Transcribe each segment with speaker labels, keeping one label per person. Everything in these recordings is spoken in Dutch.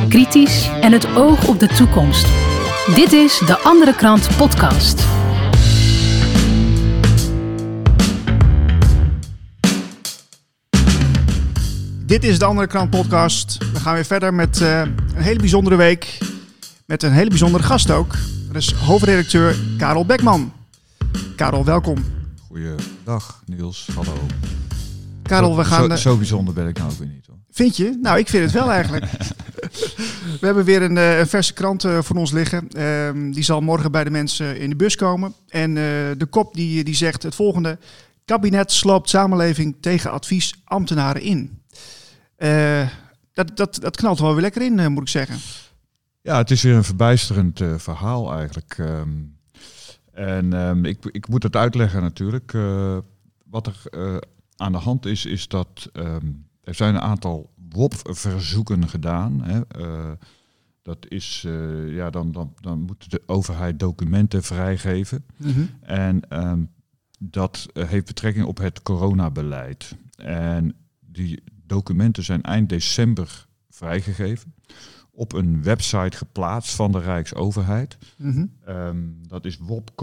Speaker 1: kritisch en het oog op de toekomst. Dit is De Andere Krant podcast.
Speaker 2: Dit is De Andere Krant podcast. We gaan weer verder met een hele bijzondere week. Met een hele bijzondere gast ook. Dat is hoofdredacteur Karel Beckman. Karel, welkom.
Speaker 3: Goeiedag Niels, hallo.
Speaker 2: Karel, we gaan...
Speaker 3: Zo bijzonder ben ik nou ook weer niet, hoor.
Speaker 2: Vind je? Nou, ik vind het wel eigenlijk. We hebben weer een verse krant voor ons liggen. Die zal morgen bij de mensen in de bus komen. En de kop die zegt het volgende. Kabinet sloopt samenleving tegen advies ambtenaren in. Dat knalt wel weer lekker in, moet ik zeggen.
Speaker 3: Ja, het is weer een verbijsterend verhaal eigenlijk. Ik moet het uitleggen natuurlijk. Wat er aan de hand is dat er zijn een aantal WOP-verzoeken gedaan. Hè. Dat is, dan moet de overheid documenten vrijgeven. Mm-hmm. En dat heeft betrekking op het coronabeleid. En die documenten zijn eind december vrijgegeven. Op een website geplaatst van de Rijksoverheid. Mm-hmm. Dat is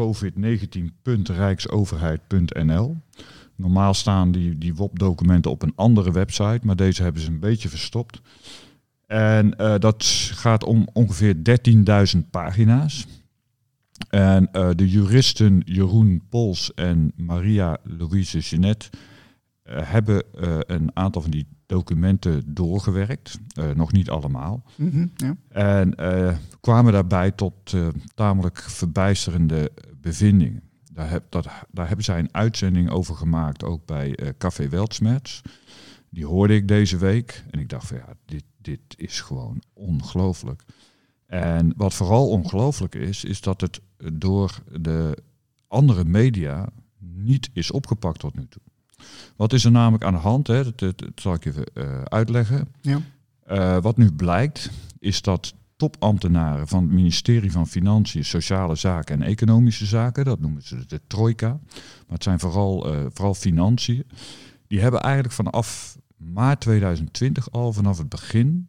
Speaker 3: wopcovid19.rijksoverheid.nl. Normaal staan die WOP-documenten op een andere website, maar deze hebben ze een beetje verstopt. En dat gaat om ongeveer 13.000 pagina's. En de juristen Jeroen Pols en Maria-Louise Jeanette hebben een aantal van die documenten doorgewerkt. Nog niet allemaal. Mm-hmm, ja. En kwamen daarbij tot tamelijk verbijsterende bevindingen. Daar hebben zij een uitzending over gemaakt, ook bij Café Weltschmerz. Die hoorde ik deze week en ik dacht van ja, dit is gewoon ongelooflijk. En wat vooral ongelooflijk is dat het door de andere media niet is opgepakt tot nu toe. Wat is er namelijk aan de hand? Hè? Dat zal ik even uitleggen. Ja. Wat nu blijkt is dat topambtenaren van het ministerie van Financiën, Sociale Zaken en Economische Zaken, dat noemen ze de trojka, maar het zijn vooral financiën, die hebben eigenlijk vanaf maart 2020 al vanaf het begin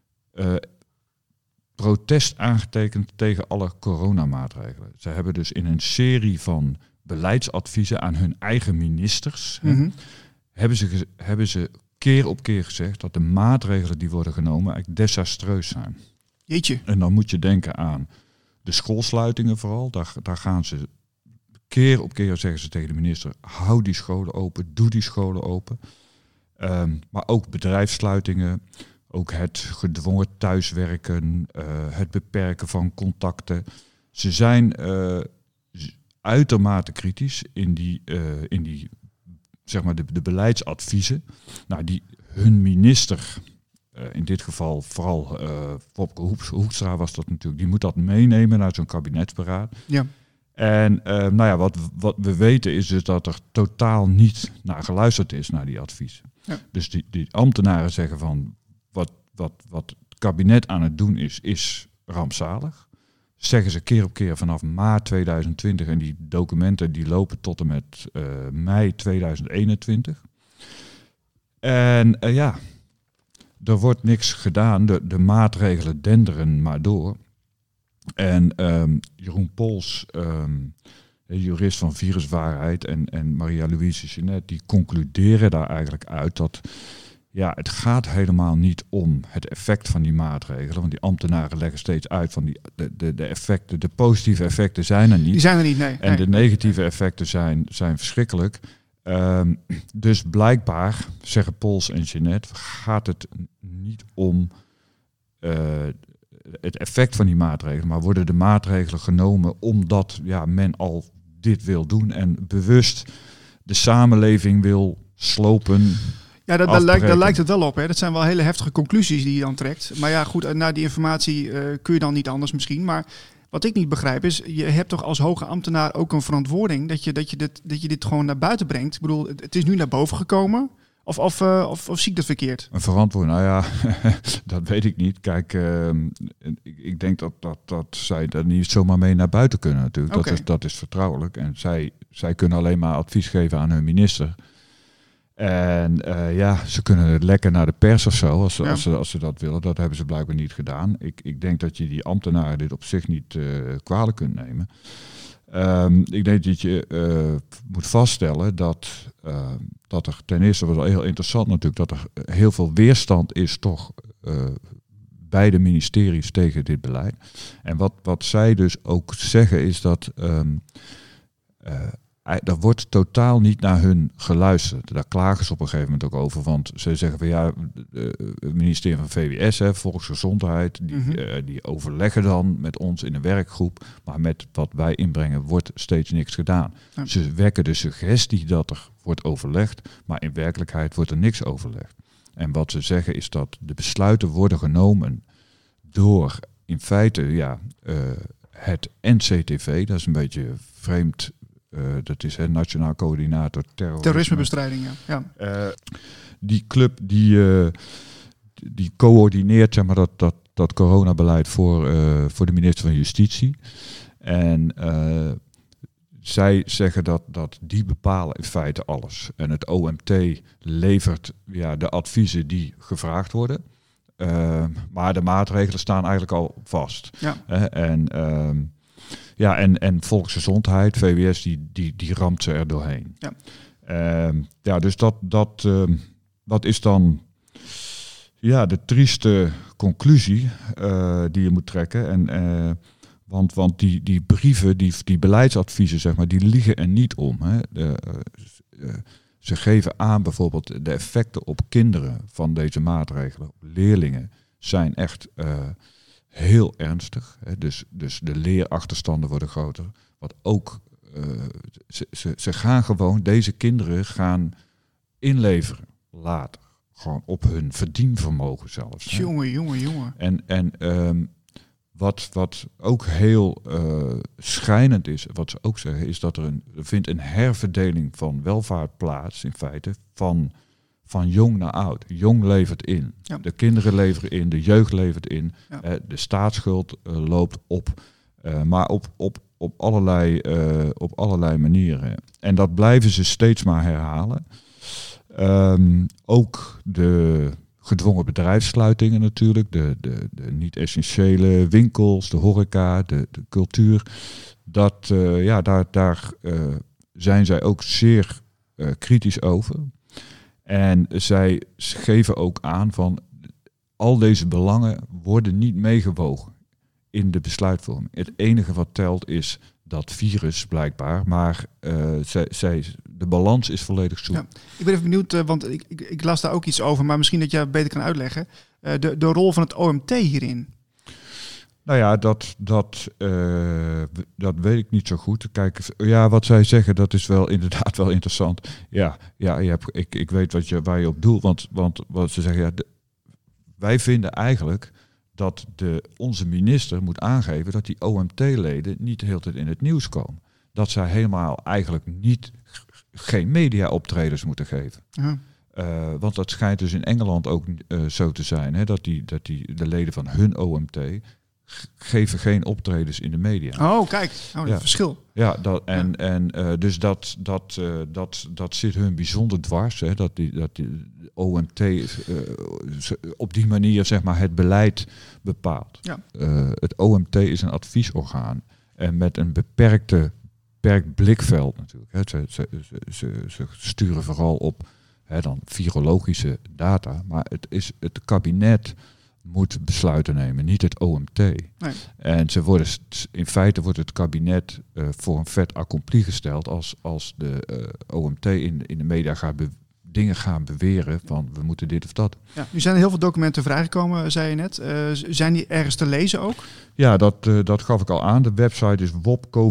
Speaker 3: protest aangetekend tegen alle coronamaatregelen. Ze hebben dus in een serie van beleidsadviezen aan hun eigen ministers, mm-hmm. hebben ze keer op keer gezegd dat de maatregelen die worden genomen eigenlijk desastreus zijn.
Speaker 2: Jeetje.
Speaker 3: En dan moet je denken aan de schoolsluitingen vooral. Daar gaan ze keer op keer zeggen ze tegen de minister, hou die scholen open, doe die scholen open. Maar ook bedrijfssluitingen, ook het gedwongen thuiswerken, het beperken van contacten. Ze zijn uitermate kritisch in die zeg maar de beleidsadviezen. Nou, die hun minister, in dit geval vooral Wopke Hoekstra was dat natuurlijk, die moet dat meenemen naar zo'n kabinetsberaad. Ja. En wat we weten is dus dat er totaal niet naar geluisterd is naar die adviezen. Ja. Dus die ambtenaren zeggen van wat het kabinet aan het doen is rampzalig. Zeggen ze keer op keer vanaf maart 2020 en die documenten die lopen tot en met mei 2021. En er wordt niks gedaan. De maatregelen denderen maar door. En Jeroen Pols, jurist van Viruswaarheid en Maria-Louise Jeanette, die concluderen daar eigenlijk uit dat het gaat helemaal niet om het effect van die maatregelen. Want die ambtenaren leggen steeds uit van de effecten, de positieve effecten zijn er niet.
Speaker 2: Die zijn er niet, nee.
Speaker 3: En de negatieve effecten zijn verschrikkelijk. Dus blijkbaar, zeggen Pols en Jeanette, gaat het niet om het effect van die maatregelen, maar worden de maatregelen genomen omdat men al dit wil doen en bewust de samenleving wil slopen.
Speaker 2: Ja, daar lijkt het wel op. Hè. Dat zijn wel hele heftige conclusies die je dan trekt. Maar ja, goed, na die informatie kun je dan niet anders misschien. Maar wat ik niet begrijp is, je hebt toch als hoge ambtenaar ook een verantwoording dat je dit gewoon naar buiten brengt. Ik bedoel, het is nu naar boven gekomen. Of zie ik dat verkeerd?
Speaker 3: Een verantwoording, dat weet ik niet. Kijk, ik denk dat zij daar niet zomaar mee naar buiten kunnen natuurlijk. Okay. Dat is vertrouwelijk. En zij kunnen alleen maar advies geven aan hun minister. En ze kunnen lekker naar de pers of zo, als ze dat willen. Dat hebben ze blijkbaar niet gedaan. Ik denk dat je die ambtenaren dit op zich niet kwalijk kunt nemen. Ik denk dat je moet vaststellen dat er ten eerste, wat wel heel interessant natuurlijk, dat er heel veel weerstand is toch bij de ministeries tegen dit beleid. En wat zij dus ook zeggen is dat er wordt totaal niet naar hun geluisterd. Daar klagen ze op een gegeven moment ook over. Want ze zeggen van het ministerie van VWS, Volksgezondheid, die overleggen dan met ons in een werkgroep. Maar met wat wij inbrengen wordt steeds niks gedaan. Ja. Ze wekken de suggestie dat er wordt overlegd, maar in werkelijkheid wordt er niks overlegd. En wat ze zeggen is dat de besluiten worden genomen door in feite het NCTV, dat is een beetje vreemd. Dat is Nationaal Coördinator
Speaker 2: Terrorismebestrijding. Ja.
Speaker 3: Die club die coördineert zeg maar, dat coronabeleid voor de minister van Justitie. En zij zeggen dat die bepalen in feite alles. En het OMT levert de adviezen die gevraagd worden. Maar de maatregelen staan eigenlijk al vast. Ja. En Volksgezondheid, VWS, die ramt ze er doorheen. Ja. Dus dat is dan de trieste conclusie die je moet trekken. Want die brieven, die beleidsadviezen, zeg maar, die liegen er niet om. Hè. Ze geven aan bijvoorbeeld de effecten op kinderen van deze maatregelen, op leerlingen, zijn echt heel ernstig. Hè. Dus de leerachterstanden worden groter. Wat ook, ze gaan gewoon, deze kinderen gaan inleveren later. Gewoon op hun verdienvermogen zelfs.
Speaker 2: Jongen.
Speaker 3: En wat ook heel schrijnend is, wat ze ook zeggen, is dat er vindt een herverdeling van welvaart plaats, in feite, van jong naar oud. Jong levert in. Ja. De kinderen leveren in, de jeugd levert in. Ja. De staatsschuld loopt op. Maar op allerlei manieren. En dat blijven ze steeds maar herhalen. Ook de gedwongen bedrijfssluitingen natuurlijk. De niet-essentiële winkels, de horeca, de cultuur. Daar zijn zij ook zeer kritisch over. En zij geven ook aan van al deze belangen worden niet meegewogen in de besluitvorming. Het enige wat telt is dat virus blijkbaar, maar de balans is volledig zoek. Ja,
Speaker 2: ik ben even benieuwd, want ik las daar ook iets over, maar misschien dat jij het beter kan uitleggen. De rol van het OMT hierin.
Speaker 3: Nou ja, dat weet ik niet zo goed. Kijk, wat zij zeggen, dat is wel inderdaad wel interessant. Ik weet waar je op doelt, want wat ze zeggen, wij vinden eigenlijk dat onze minister moet aangeven dat die OMT-leden niet de hele tijd in het nieuws komen. Dat zij helemaal eigenlijk geen media-optredens moeten geven. Uh-huh. Want dat schijnt dus in Engeland ook zo te zijn, hè, dat de leden van hun OMT geven geen optredens in de media.
Speaker 2: Oh, kijk, dat is verschil.
Speaker 3: Ja, dus dat zit hun bijzonder dwars. Hè, dat die OMT op die manier zeg maar het beleid bepaalt. Ja. Het OMT is een adviesorgaan en met een beperkt blikveld natuurlijk. Hè. Ze sturen vooral op dan virologische data, maar het kabinet moet besluiten nemen, niet het OMT. Nee. En in feite wordt het kabinet voor een fait accompli gesteld als de OMT in de media dingen gaan beweren van we moeten dit of dat.
Speaker 2: Ja, nu zijn er heel veel documenten vrijgekomen, zei je net. Zijn die ergens te lezen ook?
Speaker 3: Ja, dat gaf ik al aan. De website is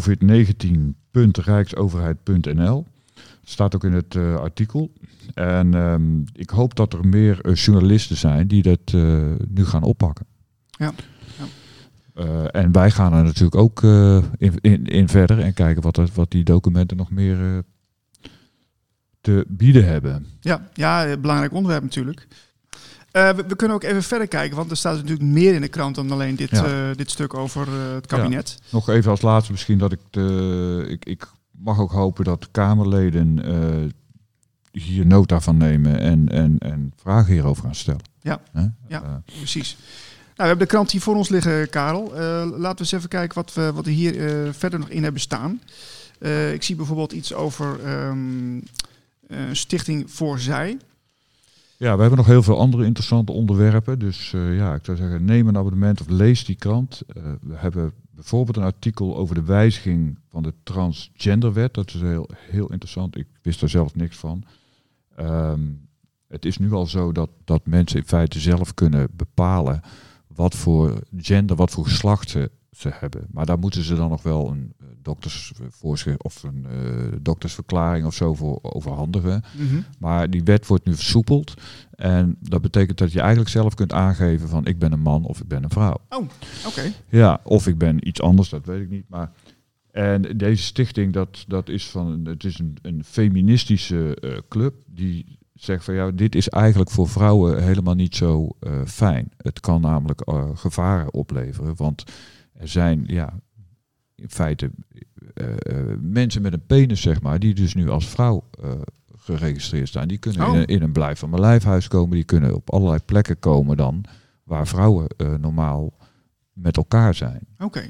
Speaker 3: wopcovid19.rijksoverheid.nl. Dat staat ook in het artikel. En ik hoop dat er meer journalisten zijn die dat nu gaan oppakken. Ja. En wij gaan er natuurlijk ook in verder en kijken wat die documenten nog meer te bieden hebben.
Speaker 2: Ja, belangrijk onderwerp natuurlijk. We kunnen ook even verder kijken, want er staat natuurlijk meer in de krant dan alleen dit stuk over het kabinet.
Speaker 3: Ja. Nog even als laatste misschien dat ik mag ook hopen dat Kamerleden hier nota van nemen en vragen hierover gaan stellen.
Speaker 2: Ja, precies. Nou, we hebben de krant hier voor ons liggen, Karel. Laten we eens even kijken wat we hier verder nog in hebben staan. Ik zie bijvoorbeeld iets over Stichting Voor Zij.
Speaker 3: Ja, we hebben nog heel veel andere interessante onderwerpen. Dus ik zou zeggen, neem een abonnement of lees die krant. We hebben bijvoorbeeld een artikel over de wijziging van de transgenderwet. Dat is heel, heel interessant. Ik wist daar zelf niks van. Het is nu al zo dat mensen in feite zelf kunnen bepalen wat voor gender, wat voor geslacht ze hebben. Maar daar moeten ze dan nog wel een doktersvoorschrift of een doktersverklaring of zo voor overhandigen. Mm-hmm. Maar die wet wordt nu versoepeld. En dat betekent dat je eigenlijk zelf kunt aangeven van ik ben een man of ik ben een vrouw.
Speaker 2: Oh, oké.
Speaker 3: Ja, of ik ben iets anders, dat weet ik niet. Maar en deze stichting, dat is het is een feministische club die zegt van ja, dit is eigenlijk voor vrouwen helemaal niet zo fijn. Het kan namelijk gevaren opleveren, want er zijn in feite mensen met een penis, zeg maar, die dus nu als vrouw geregistreerd staan. Die kunnen in een blijf van mijn lijfhuis komen, die kunnen op allerlei plekken komen dan, waar vrouwen normaal met elkaar zijn.
Speaker 2: Oké.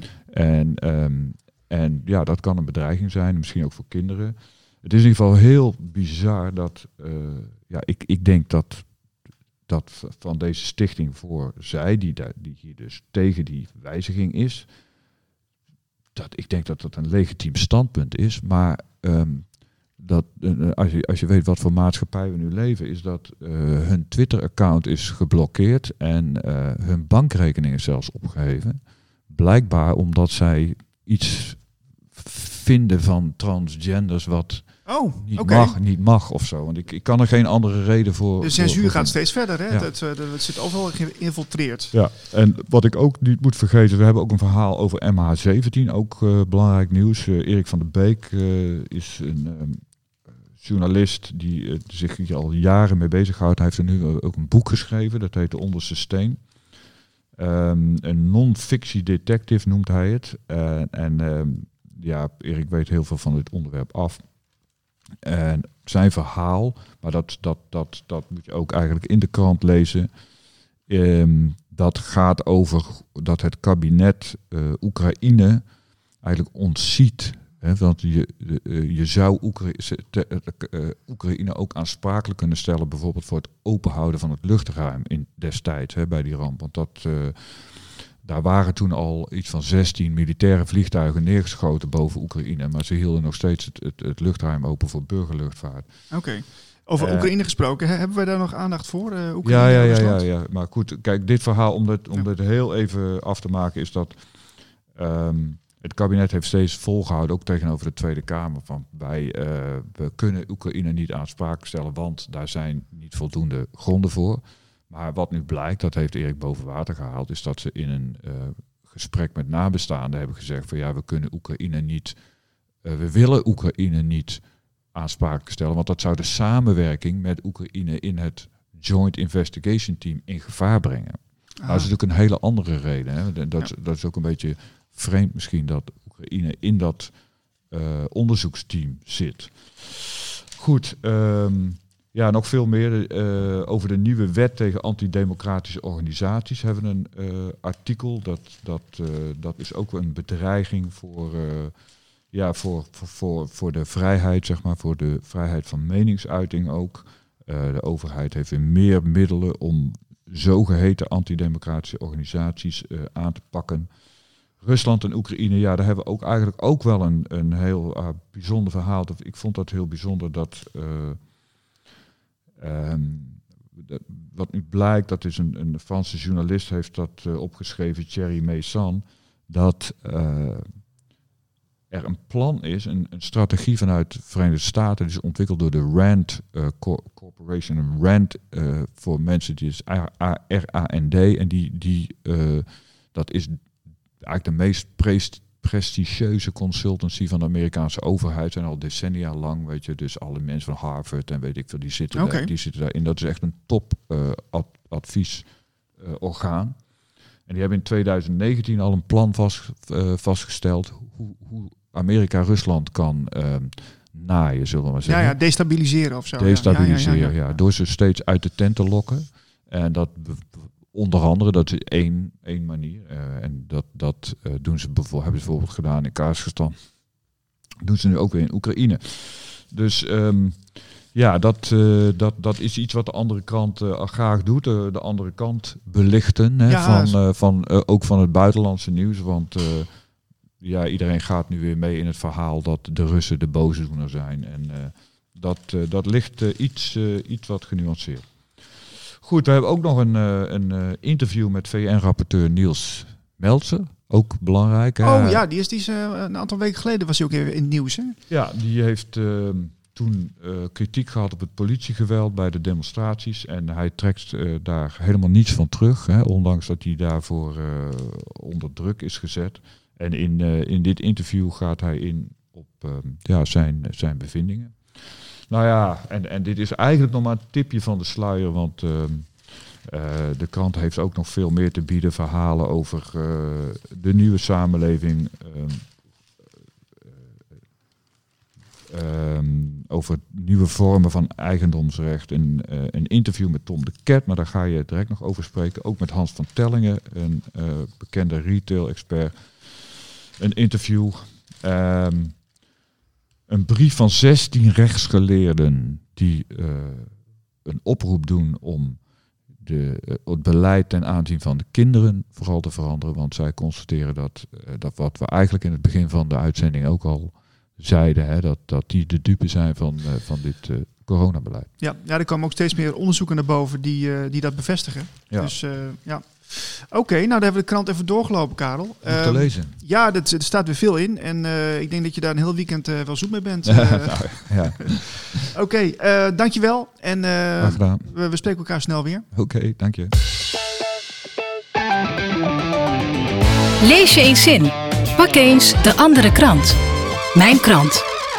Speaker 3: En dat kan een bedreiging zijn, misschien ook voor kinderen. Het is in ieder geval heel bizar dat, ik denk dat van deze Stichting Voor Zij, die hier dus tegen die wijziging is, ik denk dat dat een legitiem standpunt is, maar als je weet wat voor maatschappij we nu leven, is dat hun Twitter-account is geblokkeerd en hun bankrekening is zelfs opgeheven. Blijkbaar omdat zij iets vinden van transgenders wat niet mag of zo. Want ik kan er geen andere reden voor.
Speaker 2: De censuur gaat steeds verder. Hè? Ja. Het zit overal geïnfiltreerd.
Speaker 3: Ja, en wat ik ook niet moet vergeten, we hebben ook een verhaal over MH17, ook belangrijk nieuws. Erik van der Beek is een journalist die zich hier al jaren mee bezighoudt. Hij heeft er nu ook een boek geschreven, dat heet De Onderste Steen. Een non-fictie detective noemt hij het. Erik weet heel veel van dit onderwerp af. En zijn verhaal, maar dat moet je ook eigenlijk in de krant lezen. Dat gaat over dat het kabinet Oekraïne eigenlijk ontziet. Hè, want je zou Oekraïne ook aansprakelijk kunnen stellen, bijvoorbeeld voor het openhouden van het luchtruim destijds bij die ramp. Want daar waren toen al iets van 16 militaire vliegtuigen neergeschoten boven Oekraïne. Maar ze hielden nog steeds het luchtruim open voor burgerluchtvaart.
Speaker 2: Oké. Over Oekraïne gesproken, hebben wij daar nog aandacht voor?
Speaker 3: Ja. Maar goed, kijk, dit verhaal, om het heel even af te maken, is dat het kabinet heeft steeds volgehouden, ook tegenover de Tweede Kamer, van we kunnen Oekraïne niet aansprakelijk stellen, want daar zijn niet voldoende gronden voor. Maar wat nu blijkt, dat heeft Erik boven water gehaald, is dat ze in een gesprek met nabestaanden hebben gezegd van we kunnen Oekraïne niet, we willen Oekraïne niet aansprakelijk stellen, want dat zou de samenwerking met Oekraïne in het Joint Investigation Team in gevaar brengen. Dat is natuurlijk een hele andere reden. Hè? Dat is ook een beetje vreemd misschien dat Oekraïne in dat onderzoeksteam zit. Goed, nog veel meer over de nieuwe wet tegen antidemocratische organisaties. Hebben we een artikel, dat is ook een bedreiging voor de vrijheid, zeg maar, voor de vrijheid van meningsuiting ook. De overheid heeft weer meer middelen om zogeheten antidemocratische organisaties aan te pakken. Rusland en Oekraïne, daar hebben we ook eigenlijk ook wel een heel bijzonder verhaal. Ik vond dat heel bijzonder dat wat nu blijkt, dat is een Franse journalist heeft dat opgeschreven, Thierry Meyssan, dat er een plan is, een strategie vanuit de Verenigde Staten, die is ontwikkeld door de RAND Corporation. RAND voor mensen, die is RAND, en dat is eigenlijk de meest prestigieuze consultancy van de Amerikaanse overheid. Zijn al decennia lang, weet je, dus alle mensen van Harvard en weet ik veel, die zitten daarin. Dat is echt een top adviesorgaan. En die hebben in 2019 al een plan vastgesteld hoe Amerika Rusland kan naaien, zullen we maar zeggen.
Speaker 2: Ja, destabiliseren of zo.
Speaker 3: Destabiliseren, ja. Door ze steeds uit de tent te lokken. En dat onder andere, dat is één manier. En dat doen ze hebben ze bijvoorbeeld gedaan in Kazachstan. Doen ze nu ook weer in Oekraïne. Dus dat is iets wat de andere kant graag doet. De andere kant belichten ook van het buitenlandse nieuws. Want iedereen gaat nu weer mee in het verhaal dat de Russen de boosdoener zijn. En dat ligt iets wat genuanceerd. Goed, we hebben ook nog een interview met VN-rapporteur Niels Meltzer. Ook belangrijk.
Speaker 2: Die is een aantal weken geleden was hij ook even in het nieuws. Hè?
Speaker 3: Ja, die heeft toen kritiek gehad op het politiegeweld bij de demonstraties. En hij trekt daar helemaal niets van terug. Hè, ondanks dat hij daarvoor onder druk is gezet. En in dit interview gaat hij in op zijn bevindingen. Nou ja, en dit is eigenlijk nog maar een tipje van de sluier, want de krant heeft ook nog veel meer te bieden. Verhalen over de nieuwe samenleving, over nieuwe vormen van eigendomsrecht. Een interview met Tom de Ket, maar daar ga je direct nog over spreken. Ook met Hans van Tellingen, een bekende retail-expert. Een interview. Een brief van 16 rechtsgeleerden die een oproep doen om het beleid ten aanzien van de kinderen vooral te veranderen. Want zij constateren dat wat we eigenlijk in het begin van de uitzending ook al zeiden, hè, dat die de dupe zijn van dit coronabeleid.
Speaker 2: Ja, er komen ook steeds meer onderzoeken naar boven die dat bevestigen.
Speaker 3: Ja.
Speaker 2: Dus Oké, nou daar hebben we de krant even doorgelopen, Karel.
Speaker 3: Om te lezen.
Speaker 2: Ja, er staat weer veel in. En ik denk dat je daar een heel weekend wel zoet mee bent. Oké, dankjewel. En
Speaker 3: Graag gedaan.
Speaker 2: We spreken elkaar snel weer.
Speaker 3: Oké, dank je.
Speaker 1: Lees je eens in. Pak eens de andere krant. Mijn krant.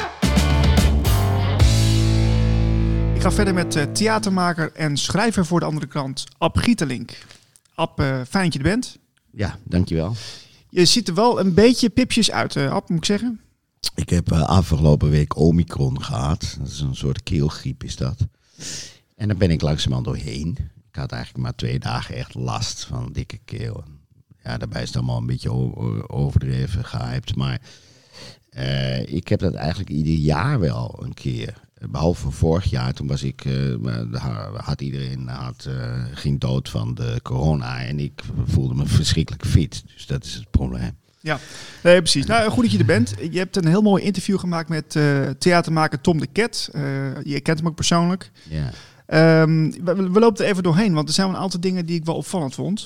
Speaker 2: Ik ga verder met theatermaker en schrijver voor de andere krant, Ab Gieterlink. Ab, fijn dat je er bent.
Speaker 4: Ja, dankjewel.
Speaker 2: Je ziet er wel een beetje pipjes uit, Ab, moet ik zeggen.
Speaker 4: Ik heb afgelopen week Omicron gehad. Dat is een soort keelgriep is dat. En daar ben ik langzamerhand doorheen. Ik had eigenlijk maar 2 dagen echt last van een dikke keel. Ja, daarbij is het allemaal een beetje overdreven, gehyped. Maar ik heb dat eigenlijk ieder jaar wel een keer. Behalve vorig jaar, toen was ik, iedereen ging dood van de corona en ik voelde me verschrikkelijk fit. Dus dat is het probleem.
Speaker 2: Ja, nee, precies. Nou, goed dat je er bent. Je hebt een heel mooi interview gemaakt met theatermaker Tom de Ket. Je kent hem ook persoonlijk.
Speaker 4: Ja.
Speaker 2: We lopen er even doorheen, want er zijn een aantal dingen die ik wel opvallend vond.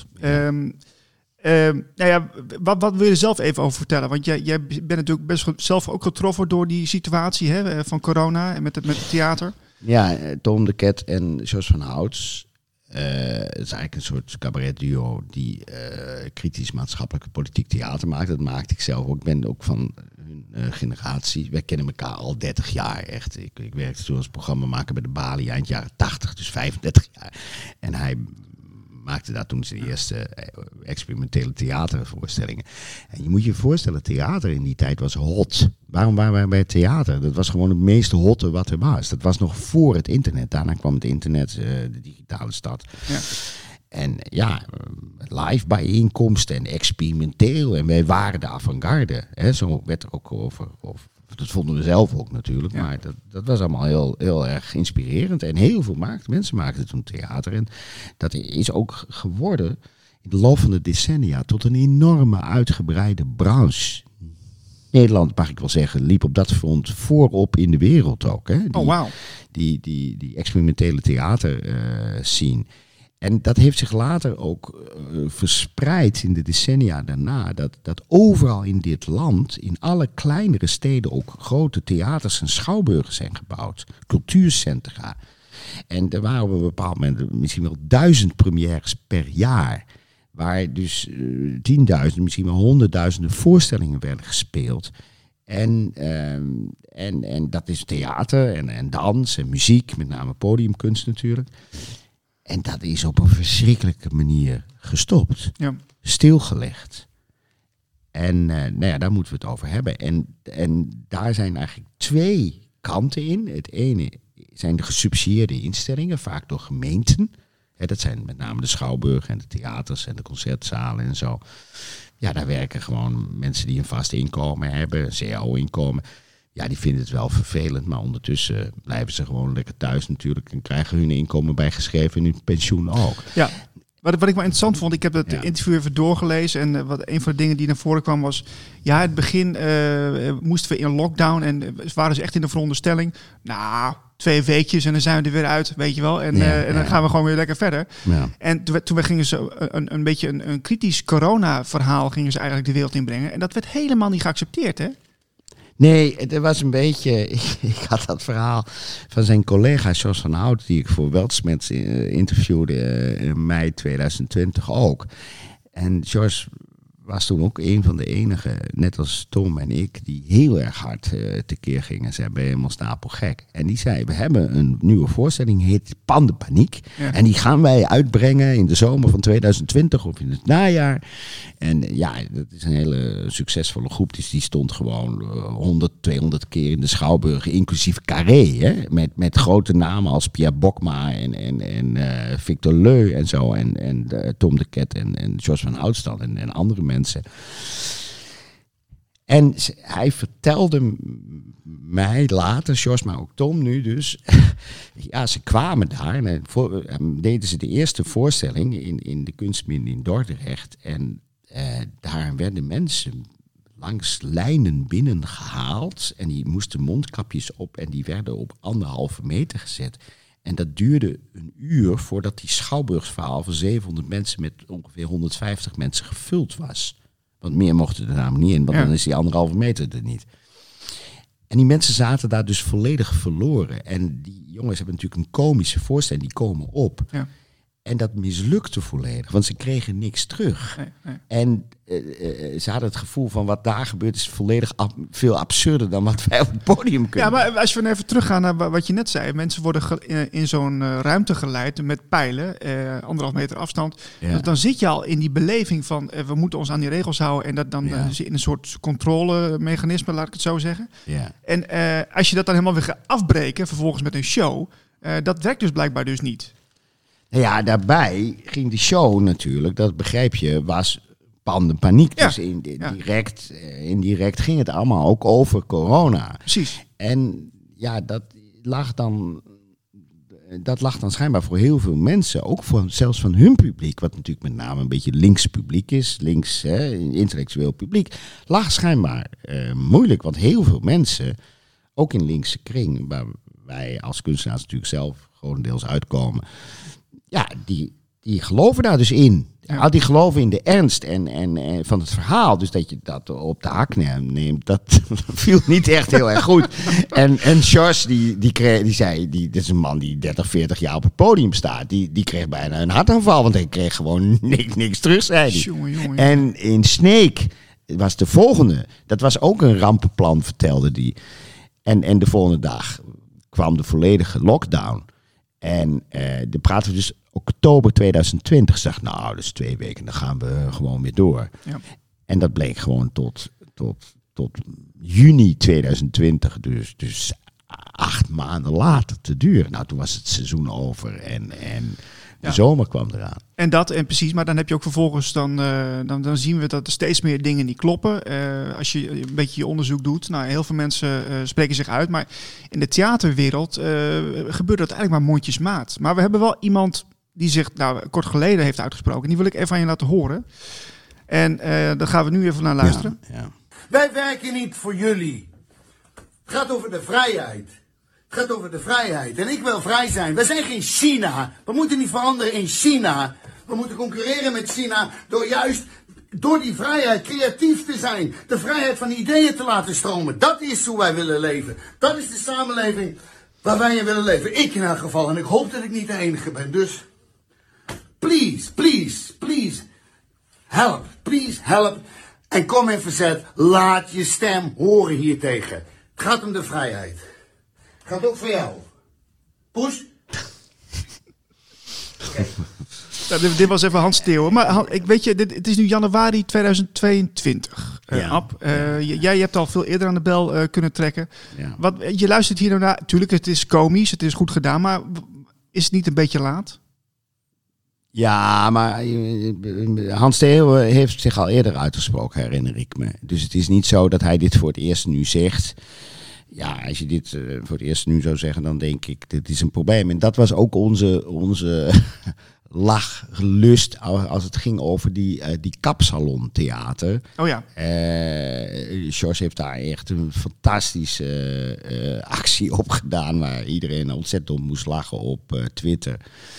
Speaker 2: Wat wil je er zelf even over vertellen? Want jij bent natuurlijk best zelf ook getroffen door die situatie van corona en met het theater.
Speaker 4: Ja, Tom de Ket en Jos van Houts. Het is eigenlijk een soort cabaretduo die kritisch maatschappelijk politiek theater maakt. Dat maakte ik zelf ook. Ik ben ook van hun generatie. Wij kennen elkaar al 30 jaar echt. Ik werkte toen als programmamaker bij de Bali eind jaren 80, dus 35 jaar. En hij maakte daar toen zijn eerste experimentele theatervoorstellingen. En je moet je voorstellen, theater in die tijd was hot. Waarom waren wij bij het theater? Dat was gewoon het meest hotte wat er was. Dat was nog voor het internet. Daarna kwam het internet, de digitale stad. Ja. En ja, live bijeenkomsten en experimenteel. En wij waren de avant-garde. Hè? Zo werd er ook over. Dat vonden we zelf ook natuurlijk. Ja. Maar dat was allemaal heel, heel erg inspirerend. En heel veel mensen maakten toen theater. En dat is ook geworden in de loop van de decennia tot een enorme uitgebreide branche. Nederland, mag ik wel zeggen, liep op dat front voorop in de wereld ook. Hè? Die experimentele theater scene. En dat heeft zich later ook verspreid in de decennia daarna. Dat overal in dit land, in alle kleinere steden, ook grote theaters en schouwburgen zijn gebouwd. Cultuurcentra. En er waren op een bepaald moment misschien wel 1000 premières per jaar. Waar dus 10.000, misschien wel 100.000 voorstellingen werden gespeeld. En dat is theater en dans en muziek, met name podiumkunst natuurlijk. En dat is op een verschrikkelijke manier gestopt. Ja. Stilgelegd. En daar moeten we het over hebben. En daar zijn eigenlijk 2 kanten in. Het ene zijn de gesubsidieerde instellingen, vaak door gemeenten. Dat zijn met name de schouwburgen en de theaters en de concertzalen en zo. Ja, daar werken gewoon mensen die een vast inkomen hebben, een cao-inkomen. Ja, die vinden het wel vervelend, maar ondertussen blijven ze gewoon lekker thuis natuurlijk en krijgen hun inkomen bijgeschreven en hun pensioen ook.
Speaker 2: Ja. Wat ik wel interessant vond, ik heb het interview even doorgelezen en een van de dingen die naar voren kwam was, ja, het begin moesten we in lockdown en waren ze echt in de veronderstelling, nou, 2 weekjes en dan zijn we er weer uit, weet je wel, en dan gaan we gewoon weer lekker verder. Ja. En toen gingen ze een beetje een kritisch corona-verhaal gingen ze eigenlijk de wereld inbrengen en dat werd helemaal niet geaccepteerd, hè?
Speaker 4: Nee, het was een beetje... Ik had dat verhaal van zijn collega Jos van Hout, die ik voor Weltschmerz interviewde in mei 2020 ook. En Jos was toen ook een van de enigen, net als Tom en ik, die heel erg hard tekeer gingen. Ze hebben helemaal stapelgek. En die zei, we hebben een nieuwe voorstelling, heet Pandepaniek. Ja. En die gaan wij uitbrengen in de zomer van 2020 of in het najaar. En ja, dat is een hele succesvolle groep. Dus die stond gewoon 100, 200 keer in de Schouwburg, inclusief Carré. Hè? Met grote namen als Pierre Bokma en Victor Leu en zo. En Tom de Ket en Jos van Oudstal en andere mensen. En hij vertelde mij later, Jos, maar ook Tom nu dus, ja, ze kwamen daar en deden ze de eerste voorstelling in de Kunstmin in Dordrecht. En daar werden mensen langs lijnen binnengehaald en die moesten mondkapjes op en die werden op 1,5 meter gezet. En dat duurde een uur voordat die Schouwburgszaal van 700 mensen met ongeveer 150 mensen gevuld was. Want meer mochten er namelijk niet in, want dan is die 1,5 meter er niet. En die mensen zaten daar dus volledig verloren. En die jongens hebben natuurlijk een komische voorstelling, die komen op. Ja. En dat mislukte volledig, want ze kregen niks terug. Nee. En ze hadden het gevoel van wat daar gebeurt is volledig veel absurder dan wat wij op het podium kunnen.
Speaker 2: Ja, maar als we even teruggaan naar wat je net zei. Mensen worden in zo'n ruimte geleid met pijlen, 1,5 meter afstand. Ja. Dan zit je al in die beleving van we moeten ons aan die regels houden. En dat dan zit in een soort controlemechanisme, laat ik het zo zeggen. Ja. En als je dat dan helemaal weer gaat afbreken, vervolgens met een show, dat werkt dus blijkbaar dus niet.
Speaker 4: Nou ja, daarbij ging de show natuurlijk, dat begrijp je, was pandepaniek. Ja. Dus indirect ging het allemaal ook over corona.
Speaker 2: Precies.
Speaker 4: En ja, dat lag dan schijnbaar voor heel veel mensen, ook zelfs van hun publiek, wat natuurlijk met name een beetje links publiek is, intellectueel publiek, lag schijnbaar moeilijk. Want heel veel mensen, ook in linkse kring, waar wij als kunstenaars natuurlijk zelf grotendeels uitkomen, ja, die geloven daar dus in. Ja. Die geloven in de ernst en van het verhaal. Dus dat je dat op de hak neemt, dat viel niet echt heel erg goed. En Jos, die zei, dit is een man die 30, 40 jaar op het podium staat. Die kreeg bijna een hartaanval, want hij kreeg gewoon niks terug, zei hij. Jongen. En in Sneek was de volgende. Dat was ook een rampenplan, vertelde hij. En de volgende dag kwam de volledige lockdown. En dan praten we dus oktober 2020. Zeg, nou, dus 2 weken, dan gaan we gewoon weer door. Ja. En dat bleek gewoon tot juni 2020, dus 8 maanden later te duren. Nou, toen was het seizoen over en de zomer kwam eraan.
Speaker 2: En precies, maar dan heb je ook vervolgens, dan zien we dat er steeds meer dingen niet kloppen. Als je een beetje je onderzoek doet, nou, heel veel mensen spreken zich uit. Maar in de theaterwereld gebeurt dat eigenlijk maar mondjesmaat. Maar we hebben wel iemand die zich kort geleden heeft uitgesproken. Die wil ik even aan je laten horen. En daar gaan we nu even naar luisteren.
Speaker 5: Ja. Wij werken niet voor jullie. Het gaat over de vrijheid. Het gaat over de vrijheid. En ik wil vrij zijn. We zijn geen China. We moeten niet veranderen in China. We moeten concurreren met China door die vrijheid creatief te zijn. De vrijheid van ideeën te laten stromen. Dat is hoe wij willen leven. Dat is de samenleving waar wij in willen leven. Ik in elk geval. En ik hoop dat ik niet de enige ben. Dus, please, help. Please, help. En kom in verzet. Laat je stem horen hiertegen. Het gaat om de vrijheid. Gaat ook voor jou. Poes?
Speaker 2: Nou, dit was even Hans Theo. Maar weet je, het is nu januari 2022. Ab. Jij hebt al veel eerder aan de bel kunnen trekken.
Speaker 4: Ja.
Speaker 2: Je luistert hier naar. Tuurlijk, het is komisch, het is goed gedaan, maar is het niet een beetje laat?
Speaker 4: Ja, maar Hans Theo heeft zich al eerder uitgesproken, herinner ik me. Dus het is niet zo dat hij dit voor het eerst nu zegt. Ja, als je dit voor het eerst nu zou zeggen, dan denk ik, dit is een probleem. En dat was ook onze lachlust als het ging over die kapsalontheater.
Speaker 2: Oh ja.
Speaker 4: George heeft daar echt een fantastische actie op gedaan, waar iedereen ontzettend om moest lachen op Twitter.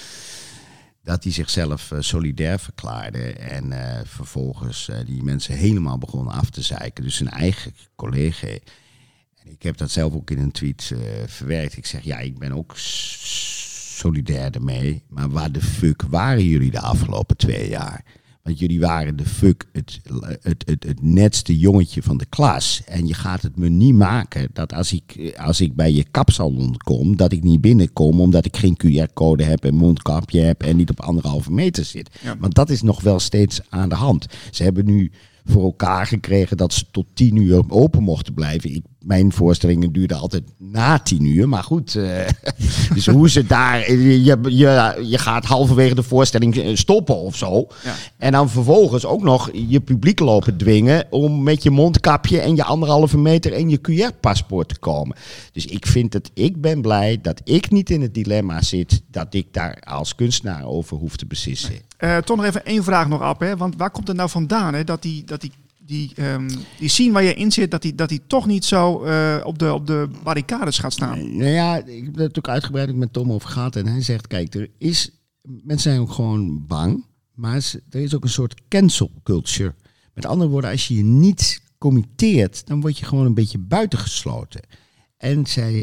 Speaker 4: Dat hij zichzelf solidair verklaarde en vervolgens die mensen helemaal begon af te zeiken. Dus zijn eigen collega. En ik heb dat zelf ook in een tweet verwerkt. Ik zeg, ja, ik ben ook solidair ermee. Maar waar de fuck waren jullie de afgelopen 2 jaar? Want jullie waren de fuck het netste jongetje van de klas. En je gaat het me niet maken dat als ik bij je kapsalon kom, dat ik niet binnenkom omdat ik geen QR-code heb en mondkapje heb en niet op 1,5 meter zit. Ja. Want dat is nog wel steeds aan de hand. Ze hebben nu voor elkaar gekregen dat ze tot 10 uur open mochten blijven. Mijn voorstellingen duurden altijd na 10 uur. Maar goed, dus hoe ze daar... Je gaat halverwege de voorstelling stoppen of zo. Ja. En dan vervolgens ook nog je publiek lopen dwingen om met je mondkapje en je 1,5 meter en je QR-paspoort te komen. Dus ik ben blij dat ik niet in het dilemma zit dat ik daar als kunstenaar over hoef te beslissen.
Speaker 2: Toch nog even 1 vraag nog, Ab. Want waar komt het nou vandaan, hè? Dat die scene waar je in zit, dat die toch niet zo op de barricades gaat staan?
Speaker 4: Nou ja, ik heb het natuurlijk uitgebreid met Tom over gehad. En hij zegt, kijk, mensen zijn ook gewoon bang. Maar er is ook een soort cancel culture. Met andere woorden, als je je niet committeert, dan word je gewoon een beetje buitengesloten. En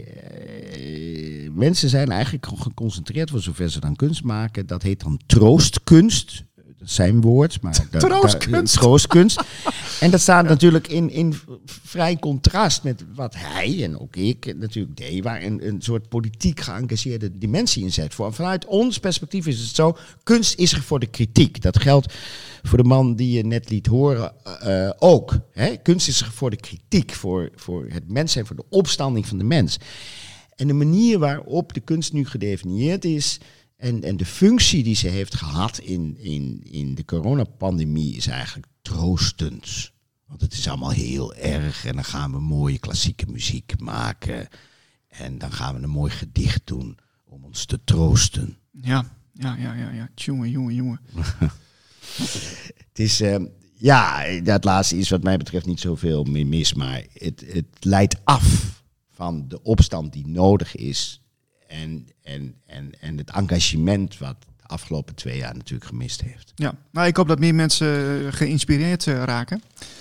Speaker 4: mensen zijn eigenlijk geconcentreerd voor zover ze dan kunst maken. Dat heet dan troostkunst. Dat is zijn woord. Maar troostkunst. En dat staat natuurlijk in vrij contrast met wat hij en ook ik natuurlijk deed. Waar een soort politiek geëngageerde dimensie in zet. Vanuit ons perspectief is het zo. Kunst is er voor de kritiek. Dat geldt voor de man die je net liet horen ook. Hè? Kunst is er voor de kritiek. Voor het mens zijn, voor de opstanding van de mens. En de manier waarop de kunst nu gedefinieerd is en de functie die ze heeft gehad in de coronapandemie is eigenlijk troostend. Want het is allemaal heel erg en dan gaan we mooie klassieke muziek maken en dan gaan we een mooi gedicht doen om ons te troosten.
Speaker 2: Ja. Jongen.
Speaker 4: Het is, dat laatste is wat mij betreft niet zoveel meer mis, maar het leidt af van de opstand die nodig is en het engagement wat de afgelopen 2 jaar natuurlijk gemist heeft.
Speaker 2: Ja, nou ik hoop dat meer mensen geïnspireerd raken.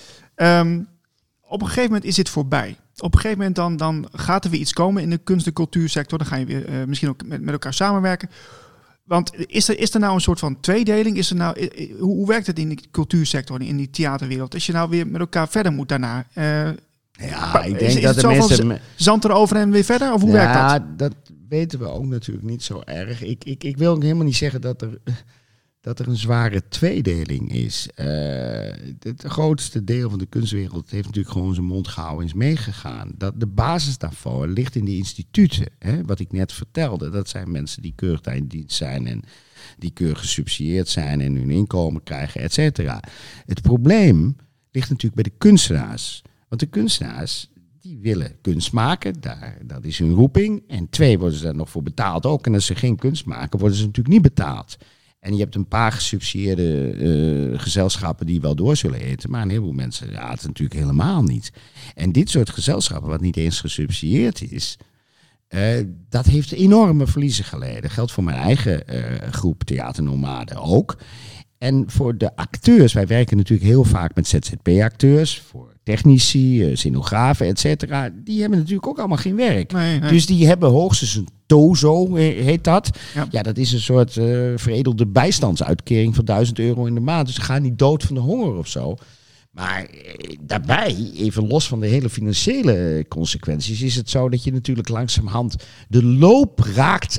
Speaker 2: Op een gegeven moment is dit voorbij. Op een gegeven moment dan gaat er weer iets komen in de kunst- en cultuursector. Dan ga je weer misschien ook met elkaar samenwerken. Want is er nou een soort van tweedeling? Hoe werkt het in de cultuursector, in die theaterwereld? Als je nou weer met elkaar verder moet daarna.
Speaker 4: Ik denk dat de mensen
Speaker 2: zand erover en weer verder? Of hoe werkt dat?
Speaker 4: Ja, dat weten we ook natuurlijk niet zo erg. Ik wil ook helemaal niet zeggen dat er een zware tweedeling is. Het grootste deel van de kunstwereld heeft natuurlijk gewoon zijn mond gehouden en is meegegaan. De basis daarvoor ligt in die instituten. Hè? Wat ik net vertelde, dat zijn mensen die keurig daar in dienst zijn en die keurig gesubsidieerd zijn en hun inkomen krijgen, et cetera. Het probleem ligt natuurlijk bij de kunstenaars. Want de kunstenaars die willen kunst maken, dat is hun roeping. En 2, worden ze daar nog voor betaald ook. En als ze geen kunst maken, worden ze natuurlijk niet betaald. En je hebt een paar gesubsidieerde gezelschappen die wel door zullen eten. Maar een heleboel mensen, het is natuurlijk helemaal niet. En dit soort gezelschappen, wat niet eens gesubsidieerd is, dat heeft enorme verliezen geleden. Dat geldt voor mijn eigen groep Theaternomaden ook. En voor de acteurs, wij werken natuurlijk heel vaak met ZZP-acteurs, voor technici, scenografen, et cetera. Die hebben natuurlijk ook allemaal geen werk. Nee. Dus die hebben hoogstens een TOZO, heet dat. Ja, dat is een soort veredelde bijstandsuitkering van €1000 in de maand. Dus ze gaan niet dood van de honger of zo. Maar daarbij, even los van de hele financiële consequenties, is het zo dat je natuurlijk langzamerhand de loop raakt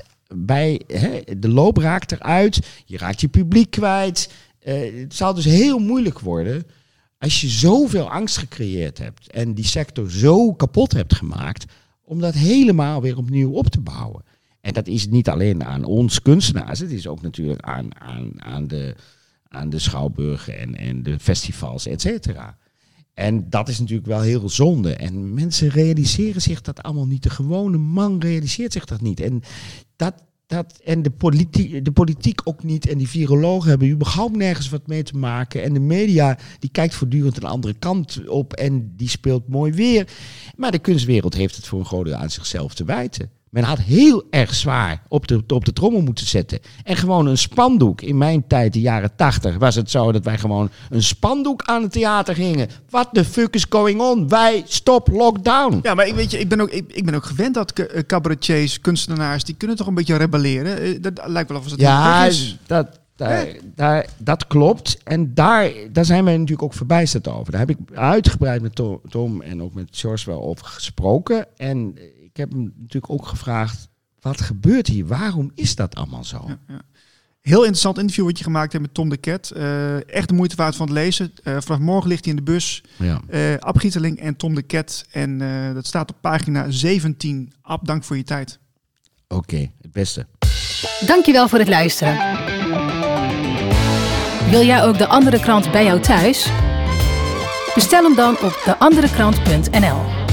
Speaker 4: eruit. Je raakt je publiek kwijt. Het zal dus heel moeilijk worden Als je zoveel angst gecreëerd hebt en die sector zo kapot hebt gemaakt, om dat helemaal weer opnieuw op te bouwen. En dat is niet alleen aan ons kunstenaars, het is ook natuurlijk aan de schouwburgen en de festivals, et cetera. En dat is natuurlijk wel heel zonde. En mensen realiseren zich dat allemaal niet. De gewone man realiseert zich dat niet. En en de politiek ook niet. En die virologen hebben überhaupt nergens wat mee te maken. En de media die kijkt voortdurend een andere kant op. En die speelt mooi weer. Maar de kunstwereld heeft het voor een groot deel aan zichzelf te wijten. Men had heel erg zwaar op de trommel moeten zetten. En gewoon een spandoek. In mijn tijd, de jaren 80, was het zo dat wij gewoon een spandoek aan het theater gingen. What the fuck is going on? Wij stop lockdown.
Speaker 2: Ja, maar ik ben ook gewend dat cabaretiers, kunstenaars, die kunnen toch een beetje rebelleren. Dat lijkt wel of het
Speaker 4: ja,
Speaker 2: is.
Speaker 4: Dat klopt. En daar zijn wij natuurlijk ook verbijsterd over. Daar heb ik uitgebreid met Tom en ook met George wel over gesproken. En ik heb hem natuurlijk ook gevraagd, wat gebeurt hier? Waarom is dat allemaal zo?
Speaker 2: Ja. Heel interessant interview wat je gemaakt hebt met Tom de Ket. Echt de moeite waard van het lezen. Vanaf morgen ligt hij in de bus.
Speaker 4: Ja.
Speaker 2: Ab Gieteling en Tom de Ket. En dat staat op pagina 17. Ab, dank voor je tijd.
Speaker 4: Oké, het beste.
Speaker 1: Dankjewel voor het luisteren. Wil jij ook De Andere Krant bij jou thuis? Bestel hem dan op deanderekrant.nl.